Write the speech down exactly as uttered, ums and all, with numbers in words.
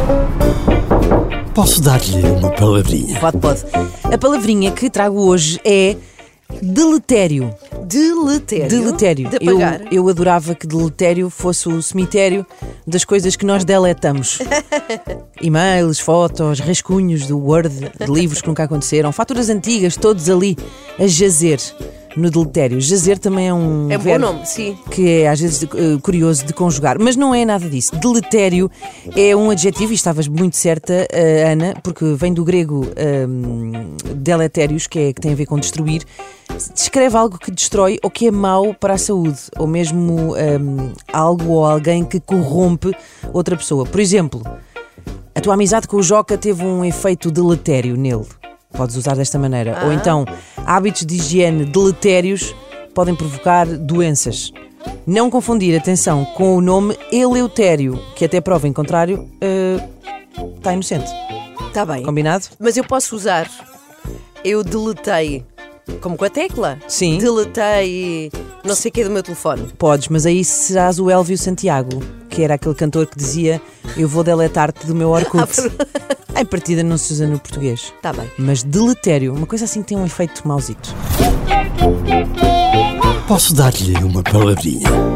Posso dar-lhe uma palavrinha? Pode, pode. A palavrinha que trago hoje é deletério. Deletério? Deletério. De apagar? Eu, eu adorava que deletério fosse o cemitério das coisas que nós deletamos. E-mails, fotos, rascunhos do Word, de livros que nunca aconteceram, faturas antigas, todos ali a jazer no deletério. Jazer também é um É um bom verbo nome, sim. que é às vezes uh, curioso de conjugar, mas não é nada disso. Deletério é um adjetivo, e estavas muito certa, uh, Ana, porque vem do grego um, deletérios, que, é, que tem a ver com destruir. Descreve algo que destrói ou que é mau para a saúde, ou mesmo um, algo ou alguém que corrompe outra pessoa. Por exemplo, a tua amizade com o Joca teve um efeito deletério nele. Podes usar desta maneira. Ah. Ou então, hábitos de higiene deletérios podem provocar doenças. Não confundir, atenção, com o nome Eleutério, que até prova em contrário uh, está inocente. Está bem. Combinado? Mas eu posso usar. Eu deletei, como com a tecla? Sim. Deletei não sei o que do meu telefone. Podes, mas aí serás o Elvio Santiago, que era aquele cantor que dizia: eu vou deletar-te do meu Orkut. Em partida não se usa no português. Está bem. Mas deletério, uma coisa assim que tem um efeito mauzito. Posso dar-lhe uma palavrinha?